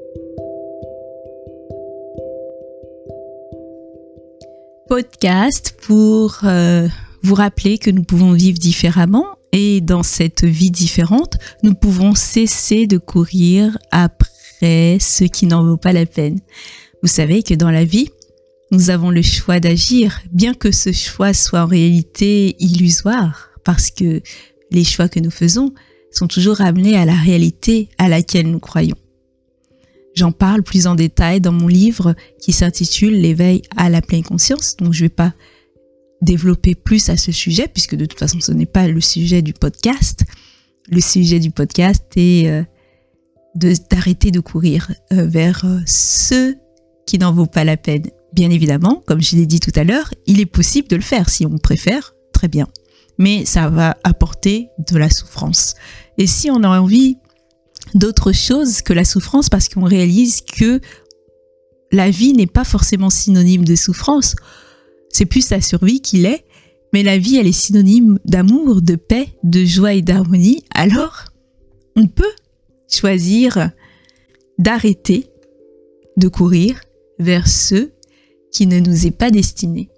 Podcast pour vous rappeler que nous pouvons vivre différemment et dans cette vie différente, nous pouvons cesser de courir après ce qui n'en vaut pas la peine. Vous savez que dans la vie, nous avons le choix d'agir, bien que ce choix soit en réalité illusoire, parce que les choix que nous faisons sont toujours ramenés à la réalité à laquelle nous croyons. J'en parle plus en détail dans mon livre qui s'intitule « L'éveil à la pleine conscience ». Donc, je ne vais pas développer plus à ce sujet, puisque de toute façon, ce n'est pas le sujet du podcast. Le sujet du podcast est d'arrêter de courir vers ce qui n'en vaut pas la peine. Bien évidemment, comme je l'ai dit tout à l'heure, il est possible de le faire si on préfère, très bien. Mais ça va apporter de la souffrance. Et si on a envie d'autre chose que la souffrance, parce qu'on réalise que la vie n'est pas forcément synonyme de souffrance, c'est plus la survie qu'il est, mais la vie elle est synonyme d'amour, de paix, de joie et d'harmonie, alors on peut choisir d'arrêter de courir vers ceux qui ne nous est pas destiné.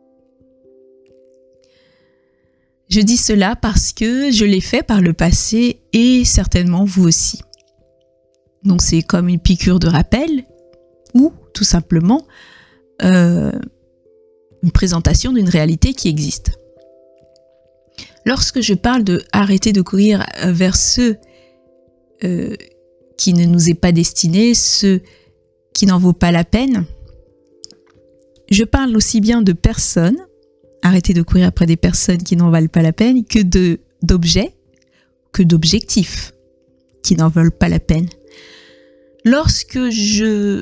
Je dis cela parce que je l'ai fait par le passé et certainement vous aussi. Donc c'est comme une piqûre de rappel ou tout simplement une présentation d'une réalité qui existe. Lorsque je parle de arrêter de courir vers ceux qui ne nous est pas destinés, ceux qui n'en vaut pas la peine, je parle aussi bien de personnes, arrêter de courir après des personnes qui n'en valent pas la peine, que d'objets, que d'objectifs qui n'en valent pas la peine. Lorsque j'ai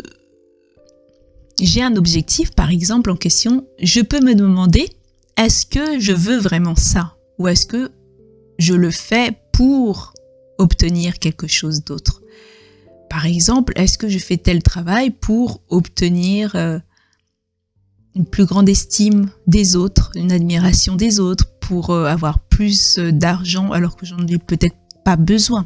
un objectif, par exemple, en question, je peux me demander, est-ce que je veux vraiment ça? Ou est-ce que je le fais pour obtenir quelque chose d'autre? Par exemple, est-ce que je fais tel travail pour obtenir une plus grande estime des autres, une admiration des autres, pour avoir plus d'argent alors que j'en ai peut-être pas besoin.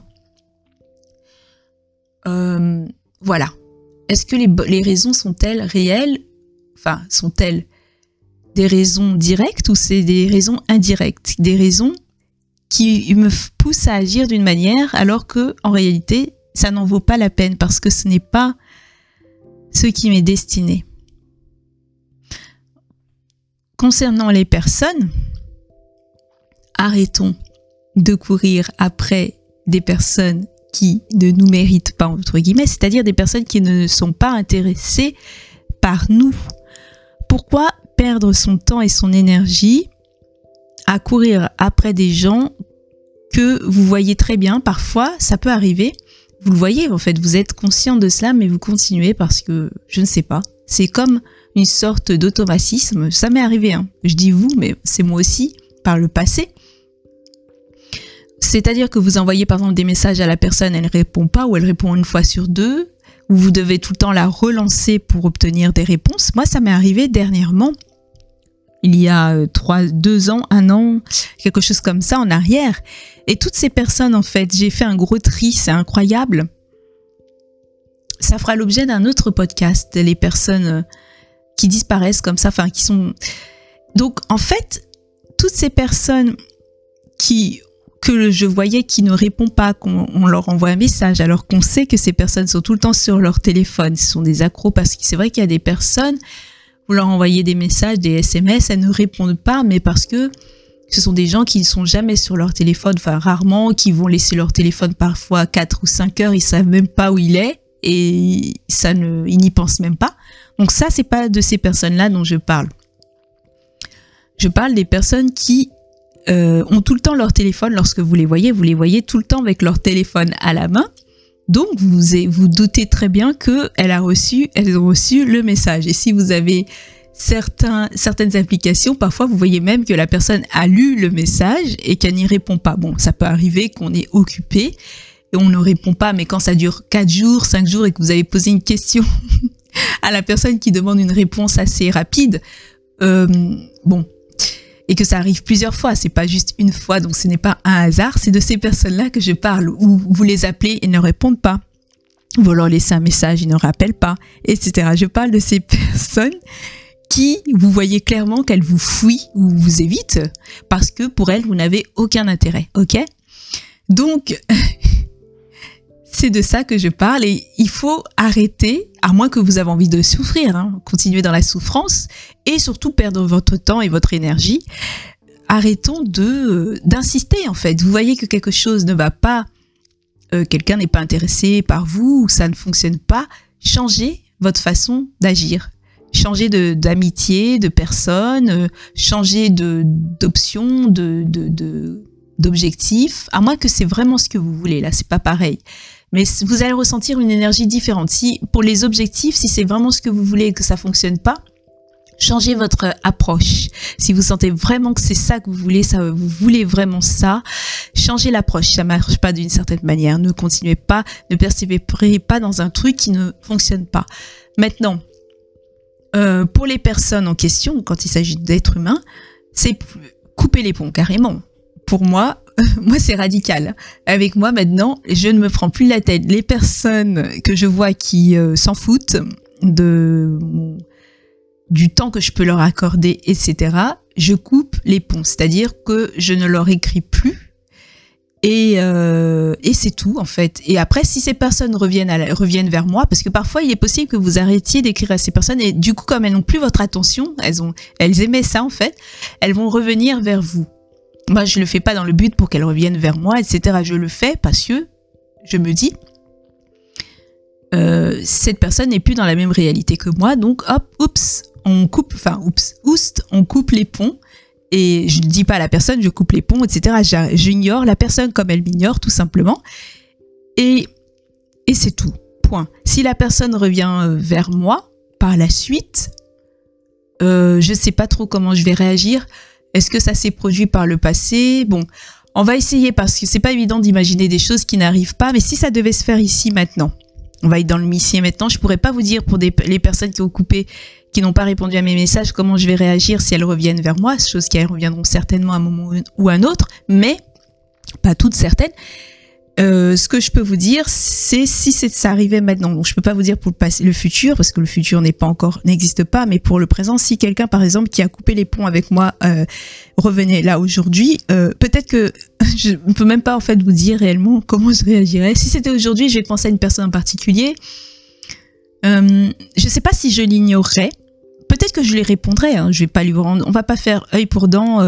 Voilà. Est-ce que les raisons sont-elles réelles? Enfin, sont-elles des raisons directes ou c'est des raisons indirectes? Des raisons qui me poussent à agir d'une manière alors que en réalité, ça n'en vaut pas la peine parce que ce n'est pas ce qui m'est destiné. Concernant les personnes, arrêtons de courir après des personnes qui ne nous méritent pas, entre guillemets, c'est-à-dire des personnes qui ne sont pas intéressées par nous. Pourquoi perdre son temps et son énergie à courir après des gens que vous voyez très bien? Parfois, ça peut arriver. Vous le voyez, en fait, vous êtes conscient de cela, mais vous continuez parce que, je ne sais pas, c'est comme une sorte d'automatisme. Ça m'est arrivé, hein. Je dis vous, mais c'est moi aussi, par le passé. C'est-à-dire que vous envoyez par exemple des messages à la personne, elle ne répond pas, ou elle répond une fois sur deux, ou vous devez tout le temps la relancer pour obtenir des réponses. Moi, ça m'est arrivé dernièrement, il y a 2 ans, 1 an, quelque chose comme ça en arrière. Et toutes ces personnes, en fait, j'ai fait un gros tri, c'est incroyable. Ça fera l'objet d'un autre podcast, les personnes qui disparaissent comme ça, enfin qui sont... Donc, en fait, toutes ces personnes que je voyais qui ne répondent pas, qu'on leur envoie un message, alors qu'on sait que ces personnes sont tout le temps sur leur téléphone, ce sont des accros, parce que c'est vrai qu'il y a des personnes, vous leur envoyez des messages, des SMS, elles ne répondent pas, mais parce que ce sont des gens qui ne sont jamais sur leur téléphone, enfin rarement, qui vont laisser leur téléphone parfois 4 ou 5 heures, ils savent même pas où il est, et ils n'y pensent même pas. Donc ça, c'est pas de ces personnes-là dont je parle. Je parle des personnes qui ont tout le temps leur téléphone. Lorsque vous les voyez tout le temps avec leur téléphone à la main. Donc vous doutez très bien qu'elles ont reçu le message. Et si vous avez certaines applications, parfois vous voyez même que la personne a lu le message et qu'elle n'y répond pas. Bon, ça peut arriver qu'on est occupé et on ne répond pas, mais quand ça dure 4 jours, 5 jours et que vous avez posé une question à la personne qui demande une réponse assez rapide, bon, et que ça arrive plusieurs fois, c'est pas juste une fois, donc ce n'est pas un hasard, c'est de ces personnes-là que je parle, où vous les appelez et ne répondent pas. Vous leur laissez un message, ils ne rappellent pas, etc. Je parle de ces personnes qui, vous voyez clairement qu'elles vous fuient ou vous évitent parce que pour elles, vous n'avez aucun intérêt, ok? Donc, c'est de ça que je parle et il faut arrêter, à moins que vous avez envie de souffrir, hein, continuer dans la souffrance et surtout perdre votre temps et votre énergie. Arrêtons d'insister en fait. Vous voyez que quelque chose ne va pas, quelqu'un n'est pas intéressé par vous ou ça ne fonctionne pas, changez votre façon d'agir. Changez d'amitié, de personne, changez d'option, d'objectif, à moins que c'est vraiment ce que vous voulez. Là, c'est pas pareil. Mais vous allez ressentir une énergie différente. Si pour les objectifs, si c'est vraiment ce que vous voulez et que ça fonctionne pas, changez votre approche. Si vous sentez vraiment que c'est ça que vous voulez, vous voulez vraiment ça, changez l'approche. Ça marche pas d'une certaine manière. Ne continuez pas, ne persévérez pas dans un truc qui ne fonctionne pas. Maintenant, pour les personnes en question, quand il s'agit d'êtres humains, c'est couper les ponts carrément. Pour moi, c'est radical. Avec moi maintenant, je ne me prends plus la tête. Les personnes que je vois qui s'en foutent du temps que je peux leur accorder, etc., je coupe les ponts. C'est-à-dire que je ne leur écris plus. Et c'est tout en fait. Et après, si ces personnes reviennent vers moi, parce que parfois il est possible que vous arrêtiez d'écrire à ces personnes et du coup, comme elles n'ont plus votre attention, elles aimaient ça en fait, elles vont revenir vers vous. Moi, je le fais pas dans le but pour qu'elles reviennent vers moi, etc. Je le fais parce que je me dis, cette personne n'est plus dans la même réalité que moi, donc hop, on coupe les ponts. Et je ne dis pas à la personne, je coupe les ponts, etc. J'ignore la personne comme elle m'ignore, tout simplement. Et c'est tout. Point. Si la personne revient vers moi, par la suite, je ne sais pas trop comment je vais réagir. Est-ce que ça s'est produit par le passé? Bon, on va essayer parce que c'est pas évident d'imaginer des choses qui n'arrivent pas. Mais si ça devait se faire ici, maintenant, on va être dans le ici et maintenant. Je pourrais pas vous dire pour les personnes qui ont coupé, qui n'ont pas répondu à mes messages, comment je vais réagir si elles reviennent vers moi, chose qui reviendront certainement à un moment ou à un autre, mais pas toutes certaines. Ce que je peux vous dire, c'est si ça arrivait maintenant. Donc, je peux pas vous dire pour le futur, parce que le futur n'existe pas, mais pour le présent, si quelqu'un, par exemple, qui a coupé les ponts avec moi, revenait là aujourd'hui, peut-être que je ne peux même pas, en fait, vous dire réellement comment je réagirais. Si c'était aujourd'hui, je vais penser à une personne en particulier. Je sais pas si je l'ignorerais. Peut-être que je lui répondrais. Hein. Je vais pas lui rendre. On va pas faire œil pour dent,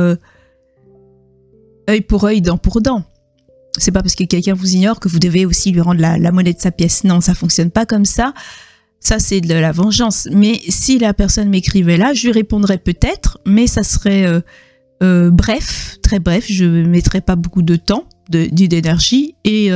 œil pour œil, dent pour dent. C'est pas parce que quelqu'un vous ignore que vous devez aussi lui rendre la monnaie de sa pièce. Non, ça fonctionne pas comme ça. Ça, c'est de la vengeance. Mais si la personne m'écrivait là, je lui répondrais peut-être, mais ça serait bref, très bref. Je mettrais pas beaucoup de temps, d'énergie et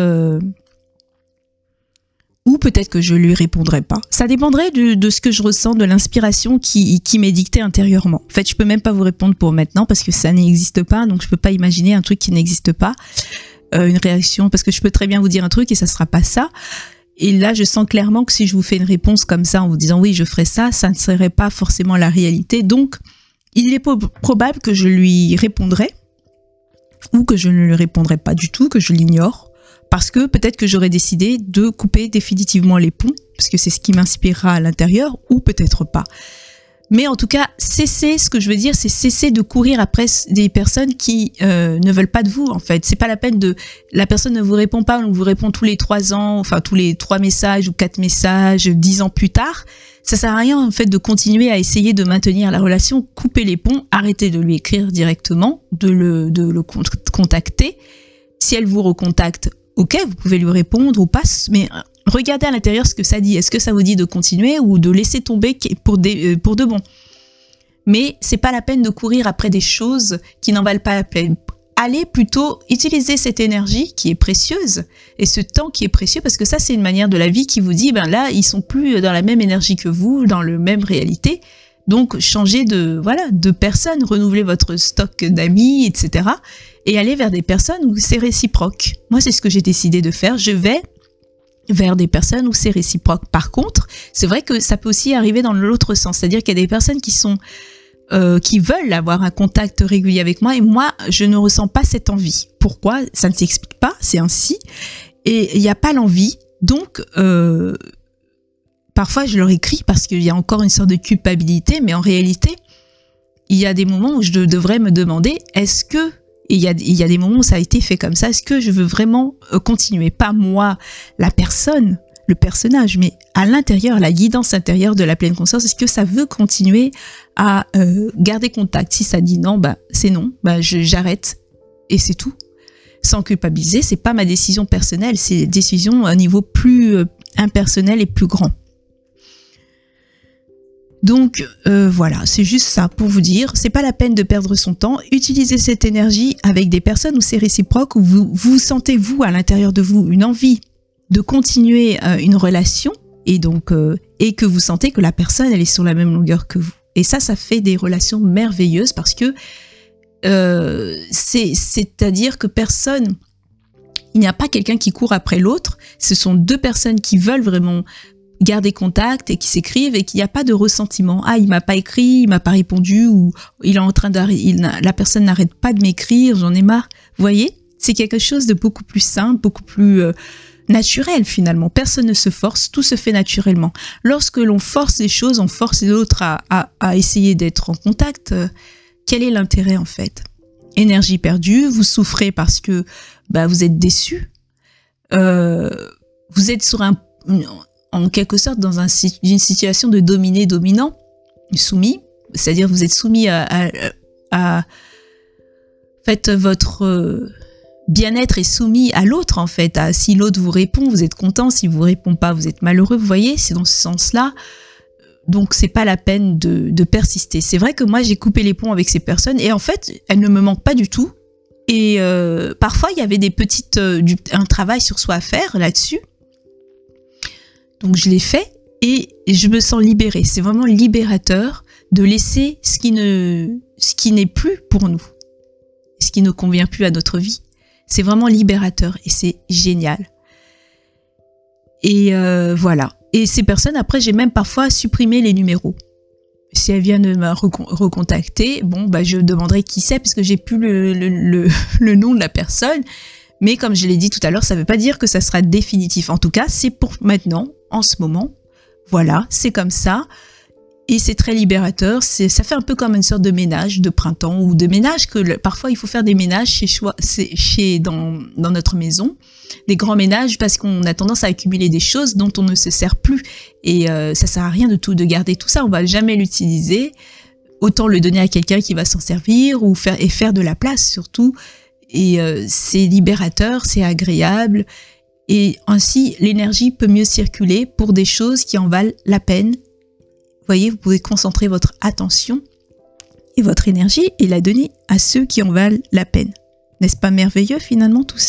ou peut-être que je lui répondrais pas. Ça dépendrait de ce que je ressens, de l'inspiration qui m'est dictée intérieurement. En fait, je peux même pas vous répondre pour maintenant parce que ça n'existe pas, donc je peux pas imaginer un truc qui n'existe pas, une réaction, parce que je peux très bien vous dire un truc et ça sera pas ça. Et là, je sens clairement que si je vous fais une réponse comme ça en vous disant oui, je ferai ça, ça ne serait pas forcément la réalité. Donc, il est probable que je lui répondrai ou que je ne lui répondrai pas du tout, que je l'ignore. Parce que peut-être que j'aurais décidé de couper définitivement les ponts, parce que c'est ce qui m'inspirera à l'intérieur, ou peut-être pas. Mais en tout cas, ce que je veux dire, c'est cesser de courir après des personnes qui ne veulent pas de vous, en fait. C'est pas la peine la personne ne vous répond pas, on vous répond tous les 3 ans, enfin tous les 3 messages ou 4 messages, 10 ans plus tard. Ça sert à rien, en fait, de continuer à essayer de maintenir la relation, couper les ponts, arrêter de lui écrire directement, de le contacter. Si elle vous recontacte, ok, vous pouvez lui répondre ou pas, mais regardez à l'intérieur ce que ça dit. Est-ce que ça vous dit de continuer ou de laisser tomber pour de bon? Mais c'est pas la peine de courir après des choses qui n'en valent pas la peine. Allez plutôt utiliser cette énergie qui est précieuse et ce temps qui est précieux, parce que ça, c'est une manière de la vie qui vous dit, ben là, ils sont plus dans la même énergie que vous, dans la même réalité. Donc, changez de personne, renouvelez votre stock d'amis, etc. Et aller vers des personnes où c'est réciproque. Moi, c'est ce que j'ai décidé de faire. Je vais vers des personnes où c'est réciproque. Par contre, c'est vrai que ça peut aussi arriver dans l'autre sens. C'est-à-dire qu'il y a des personnes qui veulent avoir un contact régulier avec moi et moi, je ne ressens pas cette envie. Pourquoi? Ça ne s'explique pas, c'est ainsi. Et il n'y a pas l'envie Donc, parfois, je leur écris parce qu'il y a encore une sorte de culpabilité, mais en réalité, il y a des moments où je devrais me demander, est-ce que, et il y a des moments où ça a été fait comme ça, est-ce que je veux vraiment continuer? Pas moi, la personne, le personnage, mais à l'intérieur, la guidance intérieure de la pleine conscience, est-ce que ça veut continuer à garder contact? Si ça dit non, c'est non, j'arrête et c'est tout. Sans culpabiliser, c'est pas ma décision personnelle, c'est une décision à un niveau plus impersonnel et plus grand. Donc voilà, c'est juste ça pour vous dire, c'est pas la peine de perdre son temps. Utilisez cette énergie avec des personnes où c'est réciproque, où vous sentez vous à l'intérieur de vous une envie de continuer une relation et donc et que vous sentez que la personne elle est sur la même longueur que vous. Et ça fait des relations merveilleuses parce que c'est-à-dire que il n'y a pas quelqu'un qui court après l'autre. Ce sont deux personnes qui veulent vraiment garder contact et qui s'écrivent et qu'il n'y a pas de ressentiment. Ah, il m'a pas écrit, il m'a pas répondu, ou il est en train la personne n'arrête pas de m'écrire, j'en ai marre. Vous voyez, c'est quelque chose de beaucoup plus simple, beaucoup plus naturel finalement. Personne ne se force, tout se fait naturellement. Lorsque l'on force les choses, on force l'autre à essayer d'être en contact. Quel est l'intérêt en fait? Énergie perdue, vous souffrez parce que vous êtes déçu. Vous êtes sur en quelque sorte dans une situation de dominé-dominant, soumis, c'est-à-dire vous êtes soumis à fait, votre bien-être est soumis à l'autre en fait. Si l'autre vous répond, vous êtes content, si vous répond pas, vous êtes malheureux, vous voyez, c'est dans ce sens-là. Donc c'est pas la peine de persister. C'est vrai que moi j'ai coupé les ponts avec ces personnes et en fait elles ne me manquent pas du tout. Et parfois il y avait un travail sur soi à faire là-dessus. Donc je l'ai fait et je me sens libérée. C'est vraiment libérateur de laisser ce qui n'est plus pour nous, ce qui ne convient plus à notre vie. C'est vraiment libérateur et c'est génial. Et voilà. Et ces personnes, après, j'ai même parfois supprimé les numéros. Si elles viennent me recontacter, je demanderai qui c'est parce que j'ai plus le nom de la personne. Mais comme je l'ai dit tout à l'heure, ça ne veut pas dire que ça sera définitif. En tout cas, c'est pour maintenant, en ce moment. Voilà, c'est comme ça. Et c'est très libérateur. Ça fait un peu comme une sorte de ménage de printemps ou de ménage que parfois il faut faire des ménages dans notre maison. Des grands ménages parce qu'on a tendance à accumuler des choses dont on ne se sert plus. Et ça sert à rien de garder tout ça. On va jamais l'utiliser. Autant le donner à quelqu'un qui va s'en servir ou faire de la place surtout. Et c'est libérateur, c'est agréable. Et ainsi, l'énergie peut mieux circuler pour des choses qui en valent la peine. Vous voyez, vous pouvez concentrer votre attention et votre énergie et la donner à ceux qui en valent la peine. N'est-ce pas merveilleux finalement tout cela ?